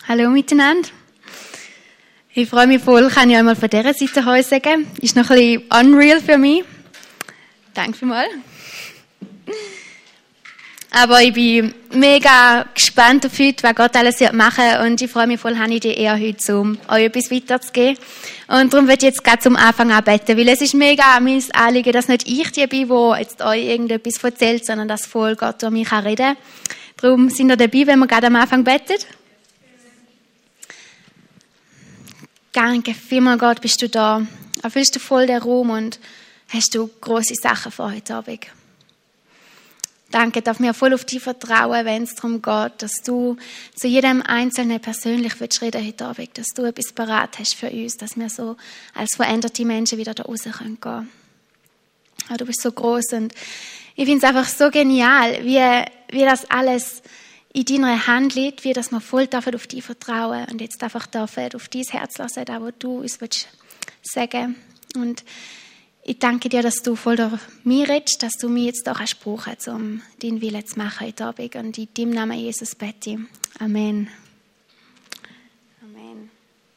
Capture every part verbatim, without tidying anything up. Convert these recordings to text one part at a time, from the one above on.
Hallo miteinander. Ich freue mich voll, kann ich einmal von dieser Seite Hallo sagen. Ist noch ein bisschen unreal für mich. Danke vielmals. Aber ich bin mega gespannt auf heute, was Gott alles machen wird. Und ich freue mich voll, habe ich die eher heute, um euch etwas weiterzugeben. Und darum werde ich jetzt gerade zum Anfang anbeten, weil es ist mega mein Anliegen, dass nicht ich die bin, die jetzt euch irgendetwas erzählt, sondern dass voll Gott durch mich reden kann. Darum sind ihr dabei, wenn wir gerade am Anfang beten. Danke vielmals, Gott, bist du da. Erfüllst du voll den Raum und hast du grosse Sachen für heute Abend. Danke, darf mir voll auf dich vertrauen, wenn es darum geht, dass du zu jedem Einzelnen persönlich willst reden heute Abend, dass du etwas parat hast für uns, dass wir so als veränderte Menschen wieder da raus gehen können. Oh, du bist so groß und ich finde es einfach so genial, wie, wie das alles in deiner Hand liegt, wie dass wir voll dürfen auf dich vertrauen und jetzt einfach dürfen auf dein Herz lassen, da wo du uns willst sagen. Und ich danke dir, dass du voll durch mich redest, dass du mich jetzt auch brauchen kannst, um deinen Willen zu machen heute Abend. Und in deinem Namen Jesus bete ich. Amen. Amen.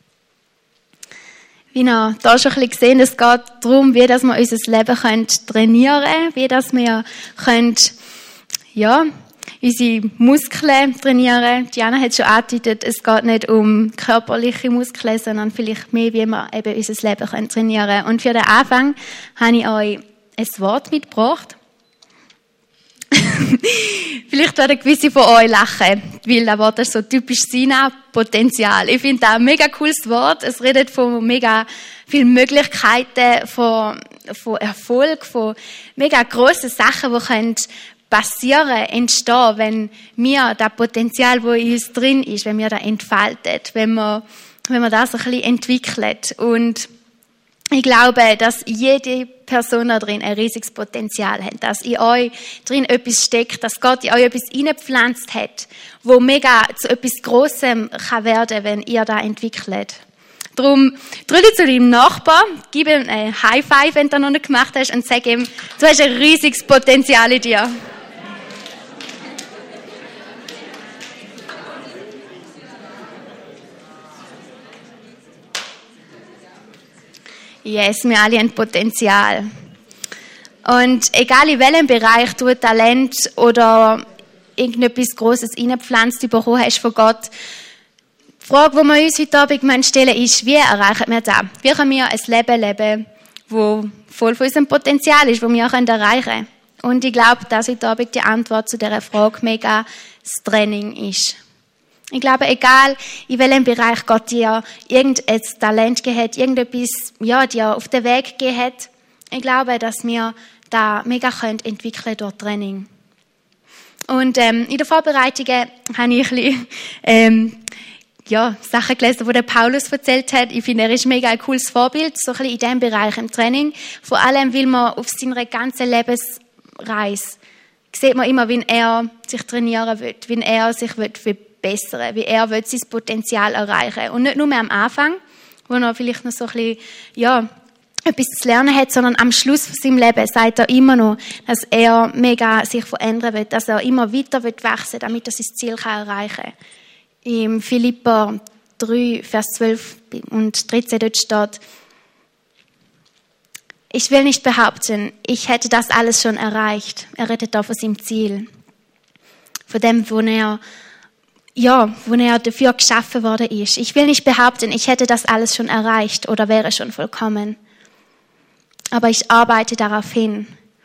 Wie ihr da schon ein bisschen gesehen, es geht darum, wie dass wir unser Leben trainieren können, wie dass wir können, ja, unsere Muskeln trainieren. Diana hat schon angedeutet, es geht nicht um körperliche Muskeln, sondern vielleicht mehr, wie wir eben unser Leben trainieren können. Und für den Anfang habe ich euch ein Wort mitgebracht. Vielleicht werden gewisse von euch lachen, weil das Wort ist so typisch Sina, Potenzial. Ich finde das ein mega cooles Wort. Es redet von mega vielen Möglichkeiten, von, von Erfolg, von mega grossen Sachen, die können passieren, entstehen, wenn wir das Potenzial, das in uns drin ist, wenn wir das entfaltet, wenn wir, wenn wir das ein bisschen entwickelt. Und ich glaube, dass jede Person da drin ein riesiges Potenzial hat, dass in euch drin etwas steckt, dass Gott in euch etwas hineingepflanzt hat, wo mega zu etwas Grossem kann werden, wenn ihr das entwickelt. Darum drücke zu deinem Nachbar, gib ihm ein High Five, wenn du das noch nicht gemacht hast, und sag ihm, du hast ein riesiges Potenzial in dir. Yes, wir alle haben Potenzial. Und egal in welchem Bereich du Talent oder irgendetwas Grosses reingepflanzt bekommen hast von Gott, die Frage, die wir uns heute Abend stellen ist, wie erreichen wir das? Wie können wir ein Leben leben, das voll von unserem Potenzial ist, das wir auch erreichen können? Und ich glaube, dass heute Abend die Antwort zu dieser Frage mega das Training ist. Ich glaube, egal in welchem Bereich Gott dir irgendein Talent gegeben hat, irgendetwas, ja, dir auf den Weg gegeben hat, ich glaube, dass wir da mega können entwickeln durch Training. Und ähm, in der Vorbereitung habe ich ein bisschen, ähm, ja, Sachen gelesen, die der Paulus erzählt hat. Ich finde, er ist mega ein cooles Vorbild, so ein bisschen in diesem Bereich im Training. Vor allem, weil man auf seiner ganzen Lebensreise sieht man immer, wie er sich trainieren will, wie er sich will verbessern, wie er will sein Potenzial erreichen. Und nicht nur mehr am Anfang, wo er vielleicht noch so ein bisschen, ja, etwas zu lernen hat, sondern am Schluss von seinem Leben sagt er immer noch, dass er mega sich verändern will, dass er immer weiter will wachsen, damit er sein Ziel kann erreichen kann. Im Philipper drei, Vers zwölf und dreizehn dort steht, ich will nicht behaupten, ich hätte das alles schon erreicht. Er redet da von seinem Ziel. Von dem, wo er Ja, wo er dafür geschaffen worden ist. Ich will nicht behaupten, ich hätte das alles schon erreicht oder wäre schon vollkommen. Aber ich arbeite darauf hin.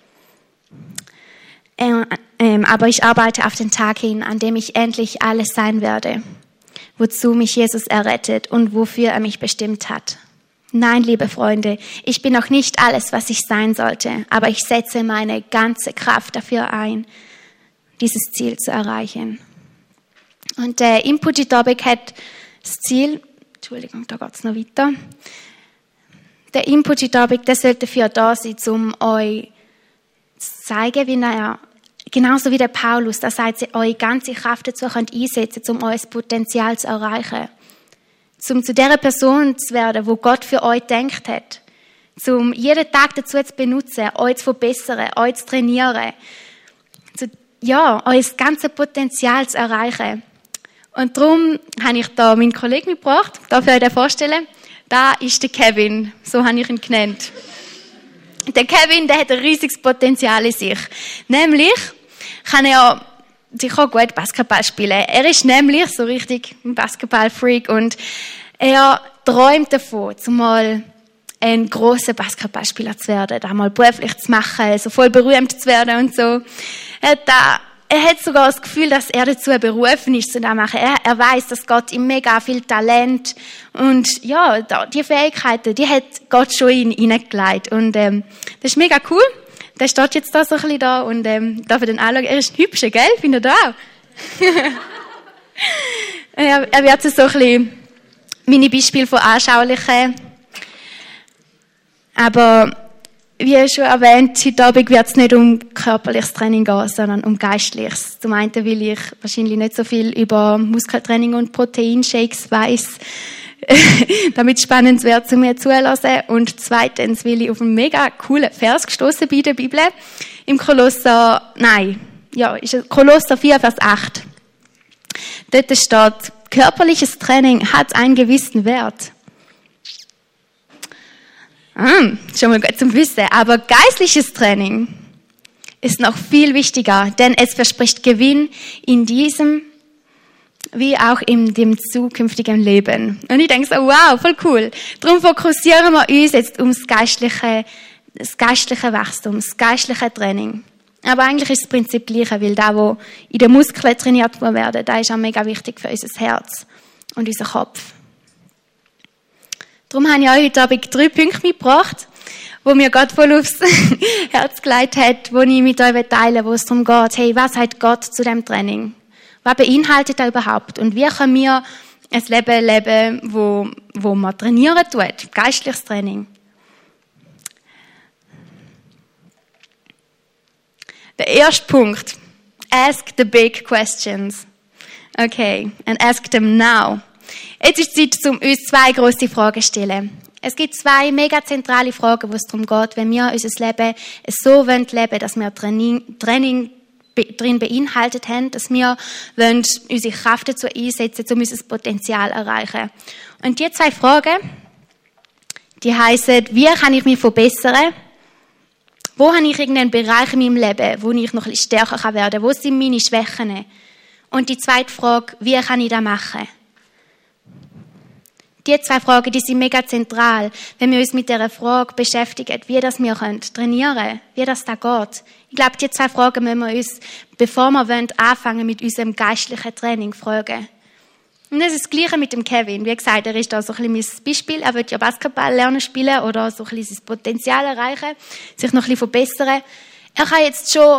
Ähm, ähm, aber ich arbeite auf den Tag hin, an dem ich endlich alles sein werde, wozu mich Jesus errettet und wofür er mich bestimmt hat. Nein, liebe Freunde, ich bin noch nicht alles, was ich sein sollte, aber ich setze meine ganze Kraft dafür ein, dieses Ziel zu erreichen. Und der Input heute Abend hat das Ziel, Entschuldigung, da geht es noch weiter. Der Input heute Abend, der sollte dafür da sein, um euch zu zeigen, wie er, genauso wie der Paulus, da sagt sie, eure ganze Kraft dazu könnt einsetzen, um euer Potenzial zu erreichen. Um zu der Person zu werden, wo Gott für euch gedacht hat. Um jeden Tag dazu zu benutzen, euch zu verbessern, euch zu trainieren. Zu, ja, euer ganzes Potenzial zu erreichen. Und darum habe ich da meinen Kollegen mitgebracht. Darf ich euch den vorstellen? Da ist der Kevin. So habe ich ihn genannt. Der Kevin, der hat ein riesiges Potenzial in sich. Nämlich kann er sicher gut Basketball spielen. Er ist nämlich so richtig ein Basketball-Freak und er träumt davon, zumal ein grosser Basketballspieler zu werden, da mal beruflich zu machen, so voll berühmt zu werden und so. Er hat, da, er hat sogar das Gefühl, dass er dazu berufen ist, zu das machen. Er, er weiß, dass Gott ihm mega viel Talent und ja, da, die Fähigkeiten, die hat Gott schon in ihn hineingelegt. Und ähm, das ist mega cool. Der steht jetzt da so ein bisschen da und ähm, darf ich den anschauen. Er ist ein hübscher, gell? Findet ihr auch? er, er wird so ein bisschen meine Beispiele veranschaulichen. Aber wie schon erwähnt, heute Abend wird es nicht um körperliches Training gehen, sondern um geistliches. Zum einen will ich wahrscheinlich nicht so viel über Muskeltraining und Proteinshakes weiss, damit es spannend wird, zu mir zulassen. Und zweitens will ich auf einen mega coolen Vers gestoßen bei der Bibel. Im Kolosser, nein, ja, ist es Kolosser vier, Vers acht. Dort steht, körperliches Training hat einen gewissen Wert. Ah, schon mal gut zum Wissen. Aber geistliches Training ist noch viel wichtiger, denn es verspricht Gewinn in diesem wie auch in dem zukünftigen Leben. Und ich denke so, wow, voll cool. Darum fokussieren wir uns jetzt um das geistliche, das geistliche Wachstum, das geistliche Training. Aber eigentlich ist das Prinzip gleiche, weil da, wo in den Muskeln trainiert werden, da ist auch mega wichtig für unser Herz und unser Kopf. Darum habe ich euch heute Abend drei Punkte mitgebracht, wo mir Gott voll aufs Herz gelegt hat, wo ich mit euch teilen will, wo es darum geht, hey, was sagt Gott zu dem Training? Was beinhaltet er überhaupt? Und wie können wir ein Leben leben, wo, wo man trainieren tut? Geistliches Training. Der erste Punkt. Ask the big questions. Okay. And ask them now. Jetzt ist die Zeit, um uns zwei grosse Fragen zu stellen. Es gibt zwei mega zentrale Fragen, wo es darum geht, wenn wir unser Leben so leben wollen, dass wir Training, Training drin beinhaltet haben, dass wir wollen unsere Kraft dazu einsetzen, um unser Potenzial zu erreichen. Und die zwei Fragen, die heissen, wie kann ich mich verbessern? Wo habe ich irgendeinen Bereich in meinem Leben, wo ich noch ein bisschen stärker werden kann? Wo sind meine Schwächen? Und die zweite Frage, wie kann ich das machen? Die zwei Fragen, die sind mega zentral, wenn wir uns mit dieser Frage beschäftigen, wie das wir trainieren können, wie das da geht. Ich glaube, die zwei Fragen müssen wir uns, bevor wir wollen, anfangen mit unserem geistlichen Training, fragen. Und das ist das Gleiche mit dem Kevin. Wie gesagt, er ist da so ein bisschen mein Beispiel. Er will ja Basketball lernen spielen oder so ein bisschen sein Potenzial erreichen, sich noch ein bisschen verbessern. Er kann jetzt schon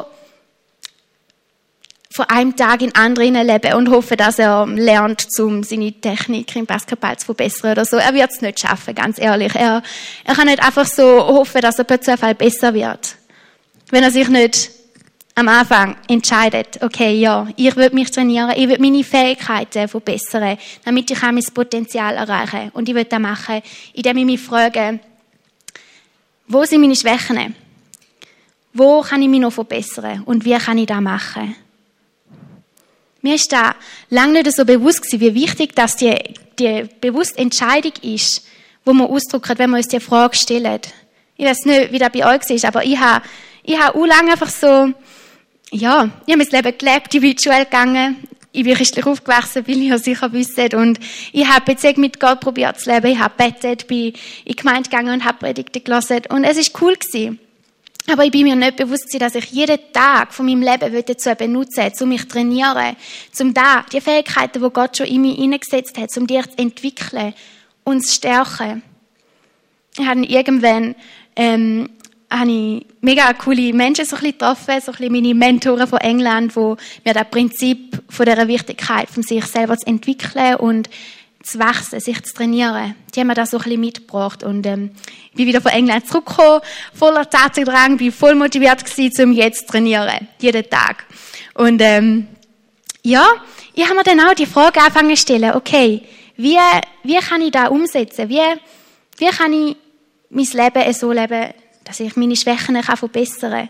von einem Tag in den anderen leben und hoffen, dass er lernt, um seine Technik im Basketball zu verbessern oder so. Er wird es nicht schaffen, ganz ehrlich. Er, er kann nicht einfach so hoffen, dass er plötzlich besser wird. Wenn er sich nicht am Anfang entscheidet, okay, ja, ich will mich trainieren, ich will meine Fähigkeiten verbessern, damit ich auch mein Potenzial erreiche. Und ich will das machen, indem ich mich frage, wo sind meine Schwächen? Wo kann ich mich noch verbessern? Und wie kann ich das machen? Mir ist da lange nicht so bewusst gewesen, wie wichtig das die, die bewusste Entscheidung ist, wo man ausdrückt, wenn man uns die Frage stellt. Ich weiß nicht, wie das bei euch ist, aber ich habe, ich habe auch lange einfach so, ja, ich habe mein Leben gelebt, ich bin in die Schule gegangen, ich bin christlich aufgewachsen, will ich ja sicher wissen, und ich habe Beziehung mit Gott probiert zu leben, ich habe gebetet, bin in die Gemeinde gegangen und habe Predigten gelesen, und es ist cool gewesen. Aber ich bin mir nicht bewusst, dass ich jeden Tag von meinem Leben dazu benutzen will, um mich zu trainieren, um da die Fähigkeiten, die Gott schon in mich hineingesetzt hat, um die zu entwickeln und zu stärken. Ich habe irgendwann ähm, habe ich mega coole Menschen so ein bisschen getroffen, so ein bisschen meine Mentoren von England, die mir das Prinzip von dieser Wichtigkeit, von sich selber zu entwickeln und zu wachsen, sich zu trainieren. Die haben mir das so ein bisschen mitgebracht. Und ähm, ich bin wieder von England zurückgekommen, voller Tatendrang, bin voll motiviert gewesen, um jetzt zu trainieren. Jeden Tag. Und ähm, ja, ich habe mir dann auch die Frage angefangen zu stellen, okay, wie, wie kann ich das umsetzen? Wie, wie kann ich mein Leben so leben, dass ich meine Schwächen kann verbessern kann?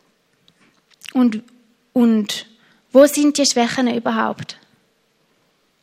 Und, und wo sind die Schwächen überhaupt?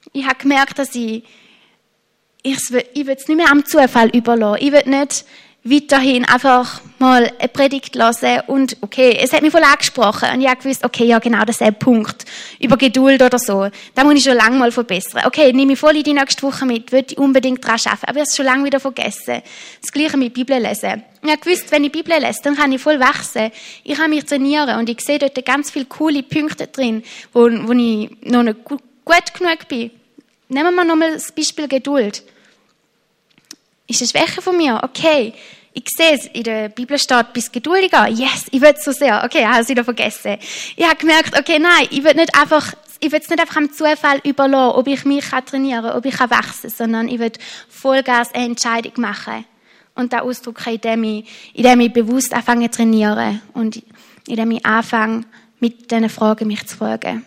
Ich habe gemerkt, dass ich, ich, ich will es nicht mehr am Zufall überlassen. Ich will nicht weiterhin einfach mal eine Predigt hören und okay, es hat mich voll angesprochen und ich habe gewusst, okay, ja genau, das ist ein Punkt über Geduld oder so. Da muss ich schon lange mal verbessern. Okay, nehme ich voll in die nächste Woche mit, würde ich unbedingt daran arbeiten, aber ich habe es schon lange wieder vergessen. Das Gleiche mit Bibel lesen. Ich habe gewusst, wenn ich Bibel lese, dann kann ich voll wachsen. Ich kann mich trainieren und ich sehe dort ganz viele coole Punkte drin, wo, wo ich noch nicht gut, gut genug bin. Nehmen wir nochmal das Beispiel Geduld. Ist eine Schwäche von mir? Okay. Ich sehe es, in der Bibel steht, bist geduldiger. Yes, ich will es so sehr. Okay, ich habe es wieder vergessen. Ich habe gemerkt, okay, nein, ich will nicht einfach, ich will es nicht einfach am Zufall überlassen, ob ich mich trainieren kann, ob ich wachsen kann, sondern ich will Vollgas eine Entscheidung machen. Und das ausdrücken, indem ich, indem ich bewusst anfange zu trainieren und indem ich anfange, mit diesen Fragen mich zu fragen.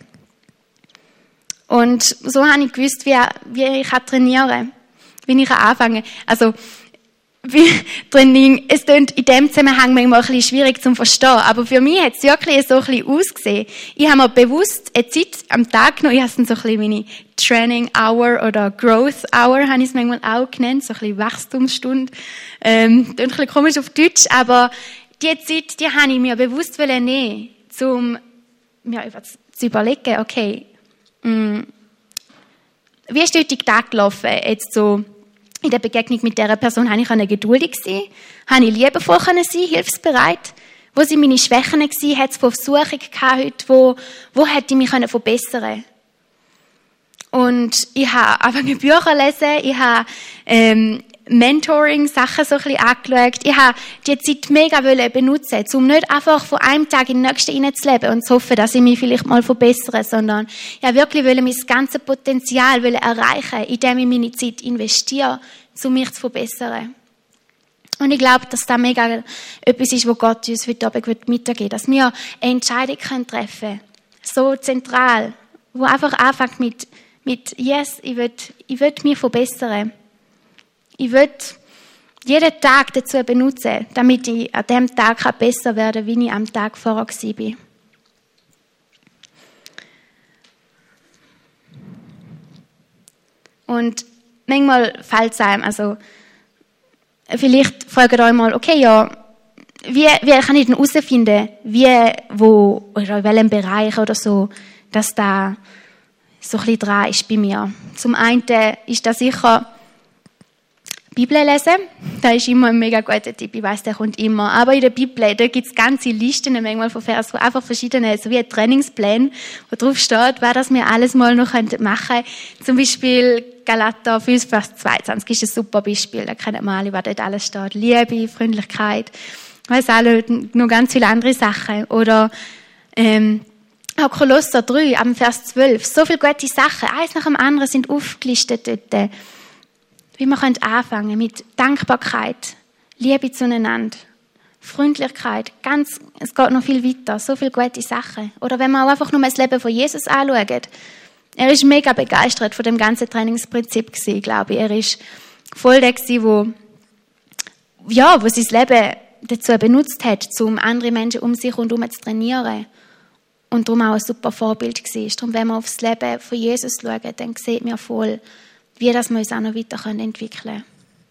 Und so habe ich gewusst, wie, wie ich trainieren kann, wie ich anfange. Also, wie Training, es klingt in dem Zusammenhang manchmal ein bisschen schwierig zu verstehen, aber für mich hat es wirklich so ein bisschen ausgesehen. Ich habe mir bewusst eine Zeit am Tag genommen, ich habe es dann so ein bisschen meine Training Hour oder Growth Hour, habe ich es manchmal auch genannt, so ein bisschen Wachstumsstunde. Ähm, klingt ein bisschen komisch auf Deutsch, aber die Zeit, die habe ich mir bewusst nehmen, um mir zu überlegen, okay, mh, wie ist der heutige Tag gelaufen, jetzt so, in der Begegnung mit dieser Person habe ich geduldig sein, habe ich liebevoll sein, hilfsbereit. Wo sind meine Schwächen gewesen? Hat es Versuchungen gehabt heute, wo, wo hätte ich mich verbessern können? Und ich habe angefangen Bücher lesen, ich habe ähm, Mentoring-Sachen so ein bisschen angeschaut. Ich habe die Zeit mega benutzen, um nicht einfach von einem Tag in den nächsten hineinzuleben und zu hoffen, dass ich mich vielleicht mal verbessere, sondern ich wollte wirklich mein ganzes Potenzial erreichen, indem ich meine Zeit investiere, um mich zu verbessern. Und ich glaube, dass das mega etwas ist, was Gott uns heute Abend mitgeben will, dass wir eine Entscheidung treffen können, so zentral, wo einfach anfängt mit, mit yes, ich will, ich will mich verbessern. Ich will jeden Tag dazu benutzen, damit ich an dem Tag besser werden kann, wie ich am Tag vorher war. Und manchmal fällt es einem, also vielleicht fragt ihr euch mal, okay, ja, wie, wie kann ich denn herausfinden, wie, wo, oder in welchem Bereich oder so, dass da so ein bisschen dran ist bei mir. Zum einen ist das sicher Bibel lesen, das ist immer ein mega guter Tipp, ich weiss, der kommt immer. Aber in der Bibel, da gibt es ganze Listen manchmal von Vers, wo einfach verschiedene, so wie ein Trainingsplan, wo drauf steht, was das wir alles mal noch machen können. Zum Beispiel Galater fünf, Vers zweiundzwanzig ist ein super Beispiel, da kennen wir alle, was dort alles steht. Liebe, Freundlichkeit, ich weiss alle, noch ganz viele andere Sachen. Oder ähm, auch Kolosser drei, am Vers zwölf, so viele gute Sachen, eins nach dem anderen sind aufgelistet dort. Wie wir anfangen können mit Dankbarkeit, Liebe zueinander, Freundlichkeit, ganz, es geht noch viel weiter, so viele gute Sachen. Oder wenn man auch einfach nur das Leben von Jesus anschaut. Er ist mega begeistert von dem ganzen Trainingsprinzip gewesen, glaube ich. Er ist voll der gewesen, wo, ja, wo sein Leben dazu benutzt hat, um andere Menschen um sich und herum zu trainieren. Und darum auch ein super Vorbild war. Darum, wenn wir auf das Leben von Jesus schauen, dann sieht man voll, wie das wir uns auch noch weiter entwickeln können.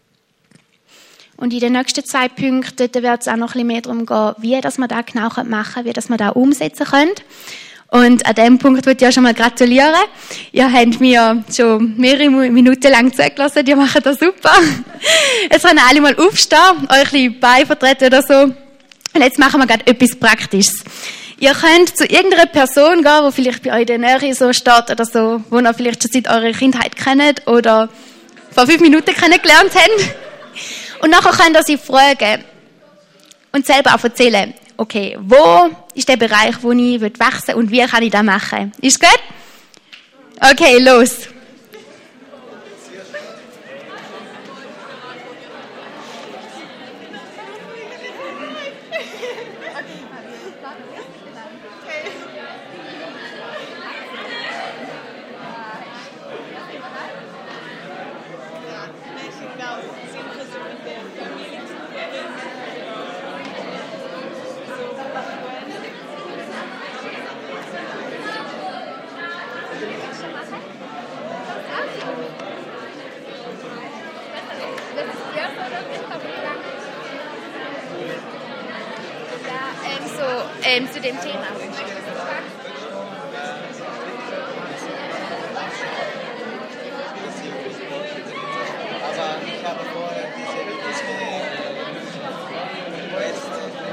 Und in den nächsten zwei Punkten wird es auch noch ein bisschen mehr darum gehen, wie das wir das genau machen können, wie das wir das umsetzen können. Und an diesem Punkt würde ich ja schon mal gratulieren. Ihr habt mir schon mehrere Minuten lang zugelassen, ihr macht das super. Jetzt können alle mal aufstehen, euch ein bisschen Beine vertreten oder so. Und jetzt machen wir gerade etwas Praktisches. Ihr könnt zu irgendeiner Person gehen, die vielleicht bei euch in der Nähe so steht oder so, die ihr vielleicht schon seit eurer Kindheit kennt oder vor fünf Minuten kennengelernt habt. Und nachher könnt ihr sie fragen und selber auch erzählen, okay, wo ist der Bereich, wo ich wachsen will und wie kann ich das machen? Ist gut? Okay, los. Ähm, so, ähm, zu dem Thema. Aber ich habe vorher diese Disney West,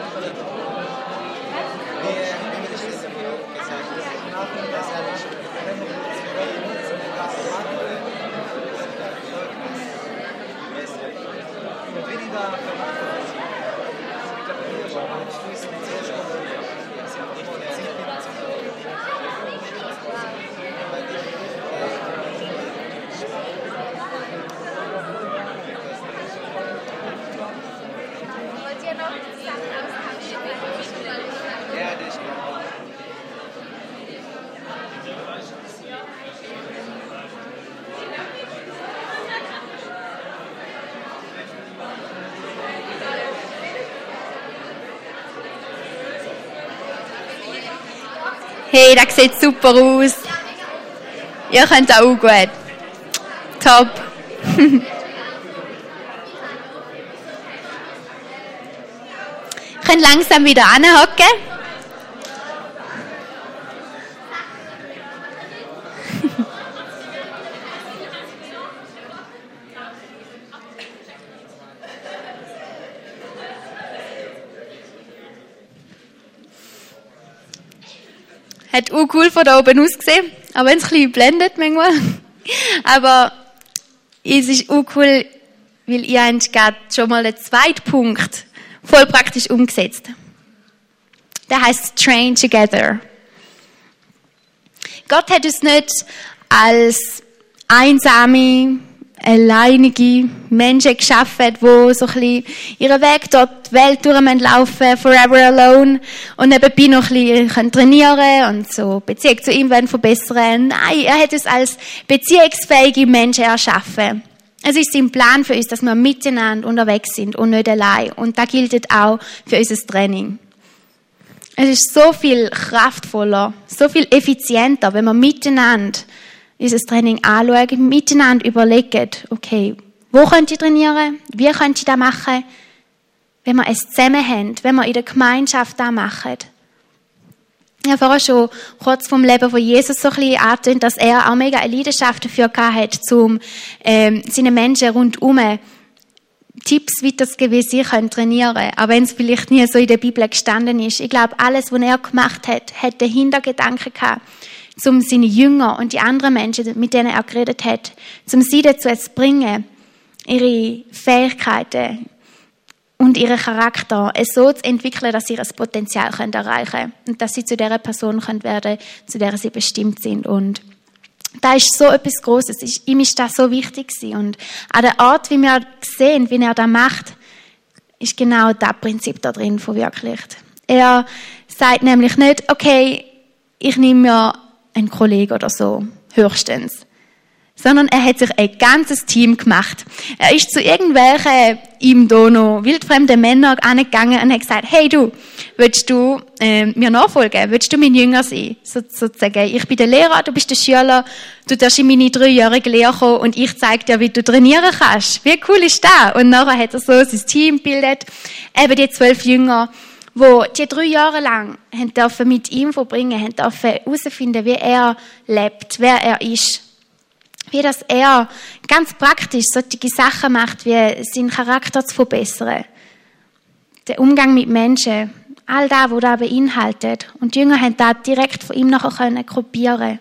wie wie wir das letzte Mal auch gesagt haben, das habe ich und wenn ich da vermacht ich glaube, wir schon anschließend zuerst kommen, sie haben richtig Zeit Wollt ihr noch Sachen austauschen? ja, das ist gut. Hey, das sieht super aus. Ihr könnt auch gut. Top. Ihr könnt langsam wieder anhocken. Hat auch cool von da oben ausgesehen, auch wenn es ein bisschen blendet manchmal. Aber es ist auch cool, weil ihr habt gerade schon mal den zweiten Punkt voll praktisch umgesetzt. Der heißt Train Together. Gott hat uns nicht als einsame, alleinige Menschen geschaffen, die so ein bisschen ihren Weg dort die Welt durchlaufen, forever alone, und nebenbei noch ein bisschen trainieren und so Beziehung zu ihm werden verbessern. Nein, er hat uns als beziehungsfähige Menschen erschaffen. Es ist sein Plan für uns, dass wir miteinander unterwegs sind und nicht allein. Und das gilt auch für unser Training. Es ist so viel kraftvoller, so viel effizienter, wenn wir miteinander unser Training anschauen, miteinander überlegen, okay, wo könnt ihr trainieren, wie könnt ihr das machen, wenn wir es zusammen haben, wenn wir in der Gemeinschaft das machen. Ich habe vorher schon kurz vom Leben von Jesus so ein bisschen angetönt, dass er auch mega eine Leidenschaft dafür hatte, um ähm, seine Menschen rundherum Tipps weiterzugeben, wie sie können trainieren können. Auch wenn es vielleicht nie so in der Bibel gestanden ist. Ich glaube, alles, was er gemacht hat, hat den Hintergedanken gehabt, um seine Jünger und die anderen Menschen, mit denen er geredet hat, um sie dazu zu bringen, ihre Fähigkeiten und ihren Charakter so zu entwickeln, dass sie ihr Potenzial erreichen können und dass sie zu der Person werden können, zu der sie bestimmt sind. Und da ist so etwas Grosses. Ihm ist das so wichtig gewesen. Und an der Art, wie wir sehen, wie er das macht, ist genau das Prinzip da drin verwirklicht. Er sagt nämlich nicht, okay, ich nehme mir einen Kollegen oder so, höchstens. Sondern er hat sich ein ganzes Team gemacht. Er ist zu irgendwelchen ihm da noch wildfremden Männern angegangen und hat gesagt, hey du, willst du äh, mir nachfolgen? Willst du mein Jünger sein? So, sozusagen, ich bin der Lehrer, du bist der Schüler, du darfst in meine dreijährige Lehre kommen und ich zeige dir, wie du trainieren kannst. Wie cool ist das? Und nachher hat er so sein Team gebildet, eben die zwölf Jünger, wo die drei Jahre lang haben dürfen mit ihm verbringen, haben dürfen herausfinden, wie er lebt, wer er ist. Wie dass er ganz praktisch solche Sachen macht, wie seinen Charakter zu verbessern. Der Umgang mit Menschen, all das, was das beinhaltet. Und die Jünger haben das direkt von ihm nachher können kopieren.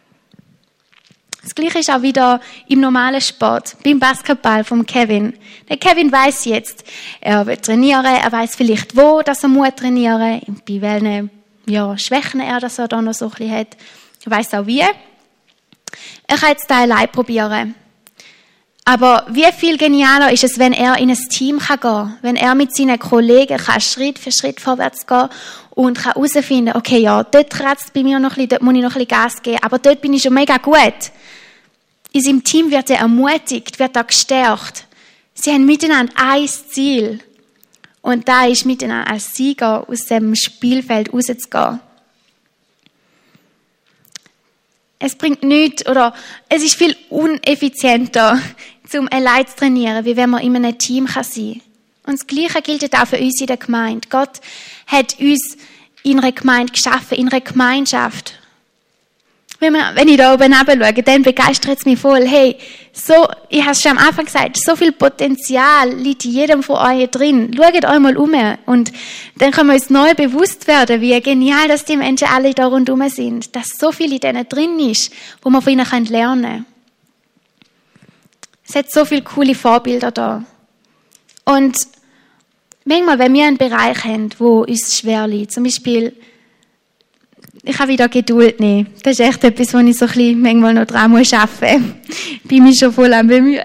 Das Gleiche ist auch wieder im normalen Sport, beim Basketball vom Kevin. Der Kevin weiss jetzt, er will trainieren, er weiss vielleicht wo, dass er muss trainieren, bei welchen ja, Schwächen er das er da noch so ein bisschen hat. Er weiss auch wie. Er kann jetzt das allein probieren. Aber wie viel genialer ist es, wenn er in ein Team gehen kann, wenn er mit seinen Kollegen kann Schritt für Schritt vorwärts gehen und kann herausfinden, okay, ja, dort kratzt es bei mir noch ein bisschen, dort muss ich noch ein bisschen Gas geben, aber dort bin ich schon mega gut. In seinem Team wird er ermutigt, wird er gestärkt. Sie haben miteinander ein Ziel. Und da ist miteinander als Sieger aus dem Spielfeld rauszugehen. Es bringt nichts oder es ist viel uneffizienter, zum allein zu trainieren, wie wenn man in einem Team sein kann. Und das Gleiche gilt auch für uns in der Gemeinde. Gott hat uns in einer Gemeinde geschaffen, in einer Gemeinschaft. Wenn, wir, wenn ich da oben runter schaue, dann begeistert es mich voll. Hey, so, ich habe es schon am Anfang gesagt, so viel Potenzial liegt in jedem von euch drin. Schaut euch mal um. Und dann können wir uns neu bewusst werden, wie genial, dass die Menschen alle da rundherum sind. Dass so viel in denen drin ist, wo man von ihnen lernen kann. Es hat so viele coole Vorbilder da. Und manchmal, wenn wir einen Bereich haben, wo uns schwer liegt, zum Beispiel, ich kann wieder Geduld nehmen. Das ist echt etwas, wo ich so ein bisschen manchmal noch dran muss arbeiten muss. Ich bin mich schon voll am Bemühen.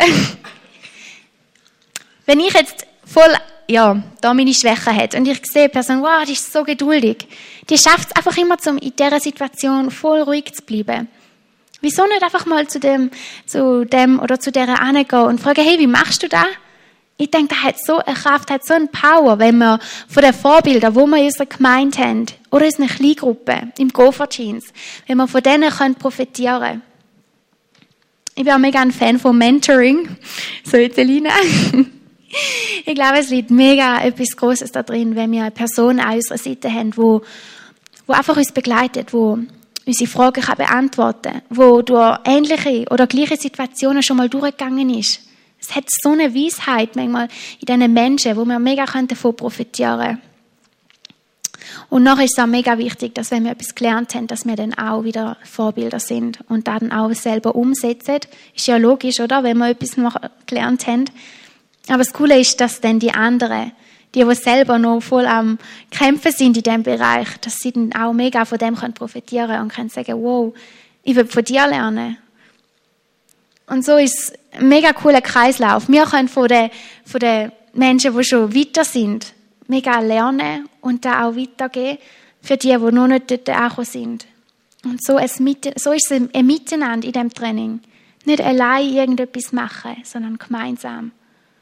Wenn ich jetzt voll, ja, da meine Schwächen hätte und ich sehe eine Person, wow, die ist so geduldig, die schafft es einfach immer, um in dieser Situation voll ruhig zu bleiben. Wieso nicht einfach mal zu dem, zu dem oder zu der hingehen und fragen, hey, wie machst du das? Ich denke, das hat so eine Kraft, hat so eine Power, wenn wir von den Vorbildern, wo wir in unserer Gemeinde haben, oder in einer Kleingruppe, im Gopher-Jeans, wenn wir von denen können profitieren. Ich bin auch mega ein Fan von Mentoring. So, jetzt Elina. Ich glaube, es liegt mega etwas Grosses da drin, wenn wir eine Person an unserer Seite haben, wo, wo einfach uns begleitet, wo unsere Fragen kann beantworten kann, wo durch ähnliche oder gleiche Situationen schon mal durchgegangen ist. Es hat so eine Weisheit manchmal in diesen Menschen, wo wir mega davon profitieren können. Und nachher ist es auch mega wichtig, dass wenn wir etwas gelernt haben, dass wir dann auch wieder Vorbilder sind und dann auch selber umsetzen. Ist ja logisch, oder? Wenn wir etwas noch gelernt haben. Aber das Coole ist, dass dann die anderen, die, die selber noch voll am Kämpfen sind in diesem Bereich, dass sie dann auch mega von dem können profitieren und können sagen, wow, ich will von dir lernen. Und so ist es ein mega cooler Kreislauf. Wir können von den, von den Menschen, die schon weiter sind, mega lernen und dann auch weitergehen für die, die noch nicht dort angekommen sind. Und so, ein, so ist es ein Miteinander in diesem Training. Nicht allein irgendetwas machen, sondern gemeinsam.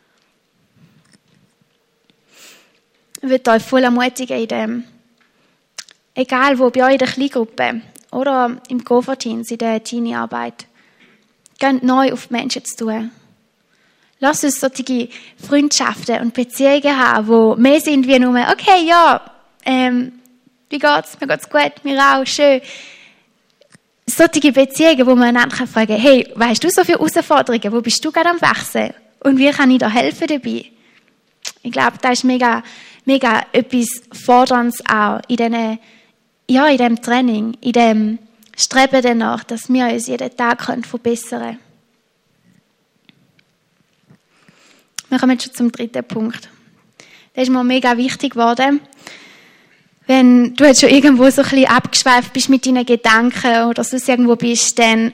Ich würde euch voll ermutigen in dem. Egal wo, bei euch in der Kleingruppe oder im Gopher-Teens, in der Teenie-Arbeit. Geht neu auf die Menschen zu tun. Lass uns solche Freundschaften und Beziehungen haben, die mehr sind wie nur, okay, ja, ähm, wie geht's? Mir geht's gut, mir auch, schön. Solche Beziehungen, wo man einander fragen kann, hey, weißt du so viele Herausforderungen, wo bist du gerade am Wachsen? Und wie kann ich da helfen dabei? Ich glaube, das ist mega, mega etwas Forderndes auch in diesen, ja, in diesem Training, in dem Streben danach, dass wir uns jeden Tag verbessern können. Wir kommen jetzt schon zum dritten Punkt. Das ist mir mega wichtig geworden. Wenn du jetzt schon irgendwo so ein bisschen abgeschweift bist mit deinen Gedanken oder sonst irgendwo bist, dann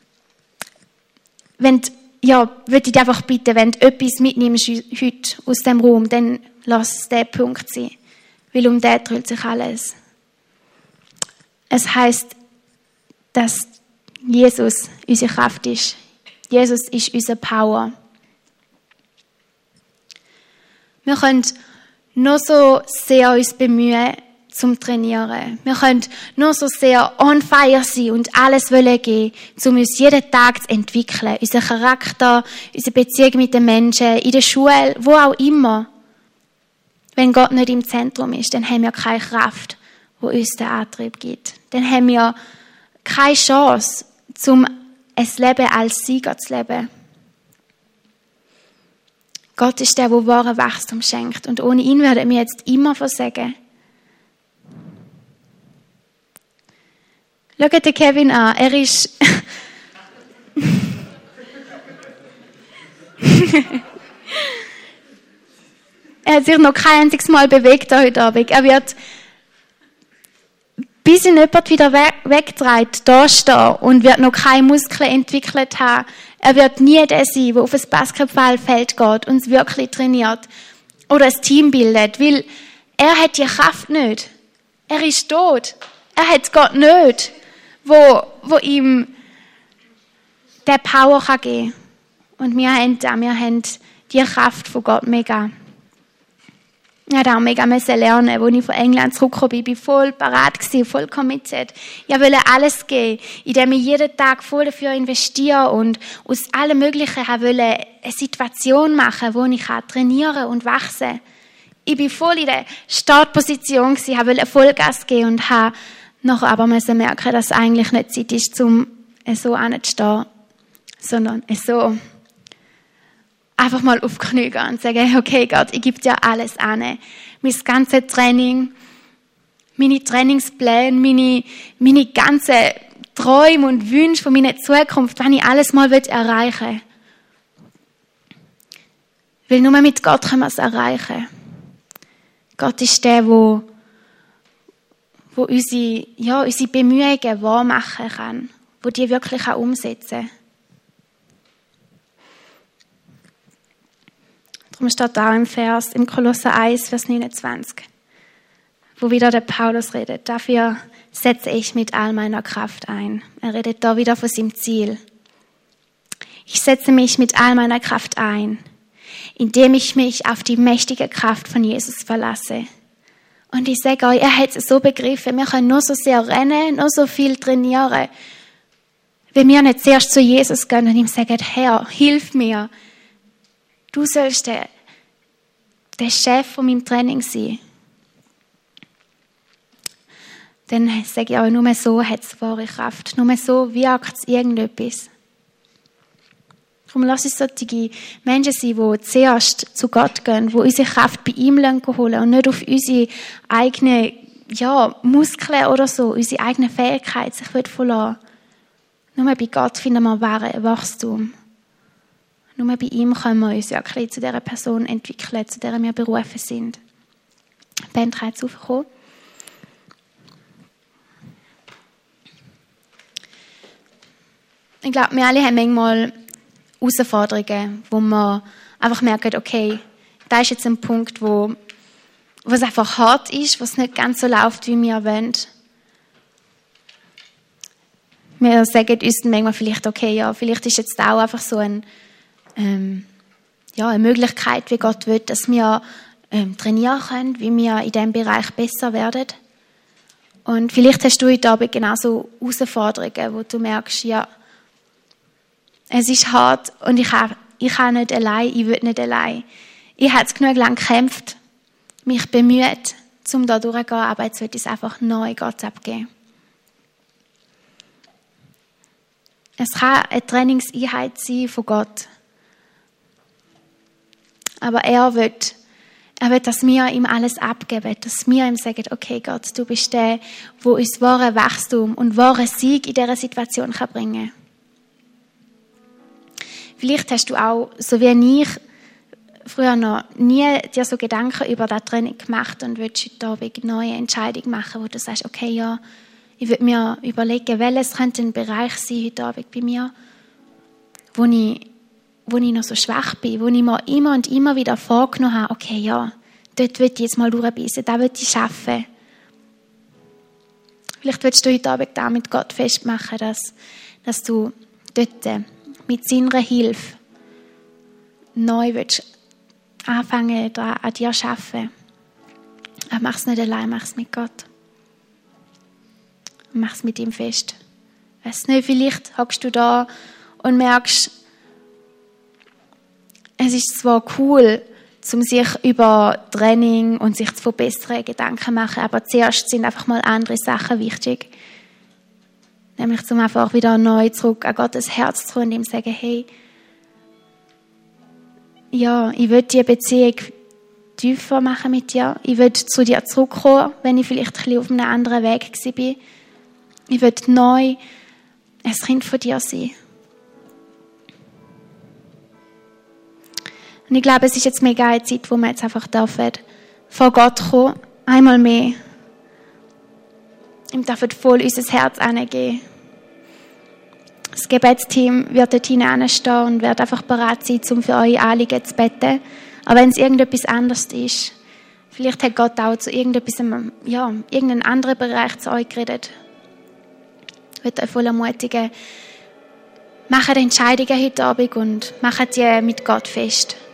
wenn, ja, würde ich dich einfach bitten, wenn du etwas mitnimmst heute aus dem Raum, dann lass es der Punkt sein. Weil um den dreht sich alles. Es heisst, dass Jesus unsere Kraft ist. Jesus ist unsere Power. Wir können noch so sehr uns bemühen zum Trainieren. Wir können noch so sehr on fire sein und alles wollen geben, um uns jeden Tag zu entwickeln. Unser Charakter, unsere Beziehung mit den Menschen, in der Schule, wo auch immer. Wenn Gott nicht im Zentrum ist, dann haben wir keine Kraft, die uns den Antrieb gibt. Dann haben wir keine Chance, um ein Leben als Sieger zu leben. Gott ist der, der wahre Wachstum schenkt. Und ohne ihn werden wir jetzt immer versagen. Schaut den Kevin an. Er ist... er hat sich noch kein einziges Mal bewegt heute Abend. Er wird... bis ihn jemand wieder wegtreibt, da stehen und wird noch keine Muskeln entwickelt haben. Er wird nie der sein, der auf ein Basketballfeld geht und es wirklich trainiert oder ein Team bildet, weil er hat die Kraft nicht. Er ist tot. Er hat Gott nicht, wo, wo ihm der Power kann geben kann. Und wir haben das, wir haben die Kraft von Gott mega. Ich musste auch mega lernen, als ich von England zurückgekommen bin. Ich war voll parat, voll committed. Ich wollte alles geben, indem ich jeden Tag voll dafür investiere und aus allem Möglichen wollte eine Situation machen, wo ich trainieren und wachsen kann. Ich war voll in der Startposition, ich wollte Vollgas geben und habe nachher aber merken, dass es eigentlich nicht Zeit ist, um so anzustehen, sondern so einfach mal auf die Knie gehen und sagen, okay Gott, ich gebe dir alles an. Mein ganzes Training, meine Trainingspläne, meine, meine ganzen Träume und Wünsche von meiner Zukunft, wenn ich alles mal erreichen will. Weil nur mit Gott können wir es erreichen. Gott ist der, wo, wo unsere, ja, unsere Bemühungen wahr machen kann, wo die wirklich auch umsetzen kann. Darum steht auch im Vers, im Kolosser eins, Vers neunundzwanzig, wo wieder der Paulus redet. Dafür setze ich mit all meiner Kraft ein. Er redet da wieder von seinem Ziel. Ich setze mich mit all meiner Kraft ein, indem ich mich auf die mächtige Kraft von Jesus verlasse. Und ich sage euch, er hat es so begriffen, wir können nur so sehr rennen, nur so viel trainieren, wenn wir nicht zuerst zu Jesus gehen und ihm sagen, Herr, hilf mir. Du sollst der, der Chef von meinem Training sein. Dann sage ich auch, nur so hat es wahre Kraft. Nur so wirkt es irgendetwas. Darum lass uns solche Menschen sein, die zuerst zu Gott gehen, die unsere Kraft bei ihm holen und nicht auf unsere eigenen ja, Muskeln oder so, unsere eigene Fähigkeit sich verlassen. Nur bei Gott finden wir wahre Wachstum. Nur bei ihm können wir uns wirklich zu dieser Person entwickeln, zu der wir berufen sind. Ben, drei zu aufkommen. Ich glaube, wir alle haben manchmal Herausforderungen, wo wir einfach merken, okay, da ist jetzt ein Punkt, wo, wo es einfach hart ist, wo es nicht ganz so läuft, wie wir wollen. Wir sagen uns dann manchmal vielleicht, okay, ja, vielleicht ist jetzt auch einfach so ein Ähm, ja, eine Möglichkeit, wie Gott will, dass wir ähm, trainieren können, wie wir in diesem Bereich besser werden. Und vielleicht hast du heute Abend genauso Herausforderungen, wo du merkst, ja, es ist hart und ich habe ich habe nicht allein, ich will nicht allein. Ich habe es genug lang gekämpft, mich bemüht, um da durchzugehen, aber jetzt will ich es einfach neu Gott abgeben. Es kann eine Trainingseinheit sein von Gott. Aber er will, er will, dass wir ihm alles abgeben, dass wir ihm sagen, okay Gott, du bist der, der uns wahre Wachstum und wahre Sieg in dieser Situation bringen kann. Vielleicht hast du auch, so wie ich, früher noch nie dir so Gedanken über das Training gemacht und willst heute Abend eine neue Entscheidung machen, wo du sagst, okay, ja, ich würde mir überlegen, welches könnte ein Bereich sein heute Abend bei mir, wo ich wo ich noch so schwach bin, wo ich mir immer und immer wieder vorgenommen habe, okay, ja, dort will ich jetzt mal durchbeissen, da will ich schaffen. Vielleicht willst du heute Abend auch mit Gott festmachen, dass, dass du dort mit seiner Hilfe neu willst anfangen, an dir zu arbeiten. Aber mach es nicht allein, mach es mit Gott. Mach es mit ihm fest. Weißt du nicht, vielleicht hockst du da und merkst, es ist zwar cool, um sich über Training und sich zu verbessern Gedanken zu machen, aber zuerst sind einfach mal andere Sachen wichtig. Nämlich zum einfach wieder neu zurück an Gottes Herz zu tun und ihm sagen, hey, ja, ich will diese Beziehung tiefer machen mit dir. Ich will zu dir zurückkommen, wenn ich vielleicht ein bisschen auf einem anderen Weg war. Ich will neu ein Kind von dir sein. Und ich glaube, es ist jetzt mega eine Zeit, wo wir jetzt einfach dürfen, vor Gott kommen, einmal mehr. Ihm dürfen voll unser Herz hingeben. Das Gebetsteam wird dort hineinstehen und wird einfach bereit sein, um für eure Anliegen zu beten. Aber wenn es irgendetwas anderes ist, vielleicht hat Gott auch zu irgendetwas, ja, irgendeinem anderen Bereich zu euch geredet. Ich würde euch voll ermutigen, macht Entscheidungen heute Abend und macht die mit Gott fest.